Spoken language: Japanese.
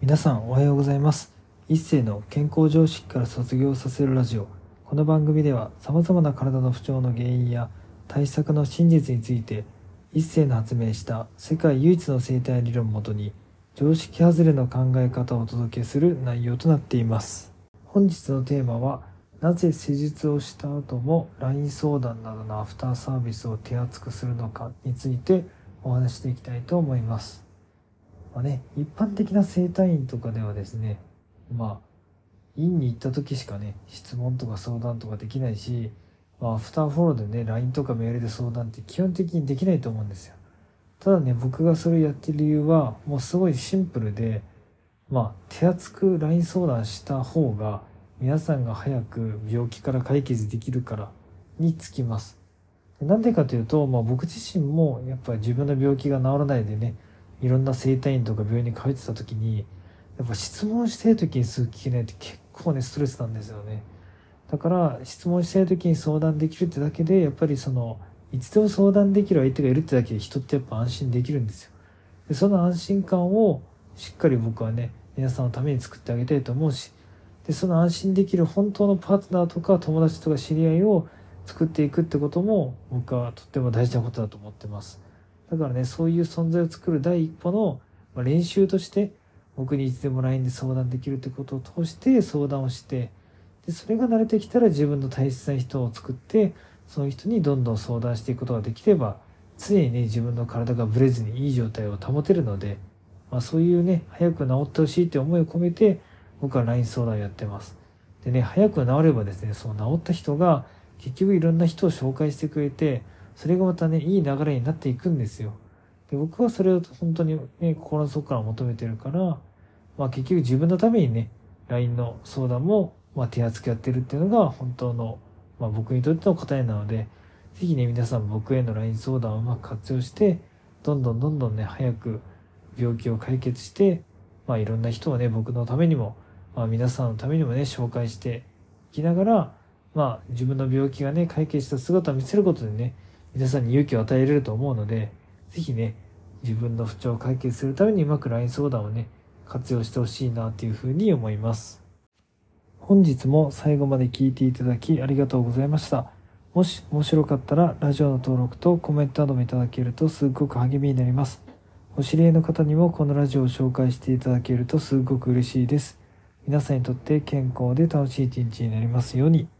皆さんおはようございます。一世の健康常識から卒業させるラジオ。この番組では様々な体の不調の原因や対策の真実について、一世の発明した世界唯一の生態理論をもとに常識外れの考え方をお届けする内容となっています。本日のテーマは、なぜ施術をした後も LINE 相談などのアフターサービスを手厚くするのかについてお話していきたいと思います。一般的な整体院とかではですね、院に行った時しかね、質問とか相談とかできないし、アフターフォローでね、LINE とかメールで相談って基本的にできないと思うんですよ。ただね、僕がそれをやってる理由は、もうすごいシンプルで、手厚く LINE 相談した方が、皆さんが早く病気から解決できるからにつきます。なんでかというと、僕自身もやっぱり自分の病気が治らないでね、いろんな整体院とか病院に通ってた時に、やっぱ質問してる時にすぐ聞けないって結構ね、ストレスなんですよね。だから質問してる時に相談できるってだけで、やっぱりいつでも相談できる相手がいるってだけで人ってやっぱ安心できるんですよ。で、その安心感をしっかり僕はね、皆さんのために作ってあげたいと思うし、で、その安心できる本当のパートナーとか友達とか知り合いを作っていくってことも僕はとっても大事なことだと思ってます。だからね、そういう存在を作る第一歩の練習として、僕にいつでも LINE で相談できるってことを通して相談をして、で、それが慣れてきたら自分の大切な人を作って、その人にどんどん相談していくことができれば、常にね、自分の体がブレずにいい状態を保てるので、そういうね、早く治ってほしいって思いを込めて、僕は LINE 相談をやってます。でね、早く治ればですね、その治った人が結局いろんな人を紹介してくれて、それがまたね、いい流れになっていくんですよ。で、僕はそれを本当にね、心の底から求めてるから、結局自分のためにね、LINE の相談も、手厚くやってるっていうのが本当の、僕にとっての答えなので、ぜひね、皆さん僕への LINE 相談をうまく活用して、どんどんね、早く病気を解決して、いろんな人をね、僕のためにも、皆さんのためにもね、紹介していきながら、自分の病気がね、解決した姿を見せることでね、皆さんに勇気を与えれると思うので、ぜひね、自分の不調を解決するためにうまく LINE 相談をね、活用してほしいなというふうに思います。本日も最後まで聞いていただきありがとうございました。もし面白かったらラジオの登録とコメントなどもいただけるとすごく励みになります。お知り合いの方にもこのラジオを紹介していただけるとすごく嬉しいです。皆さんにとって健康で楽しい一日になりますように。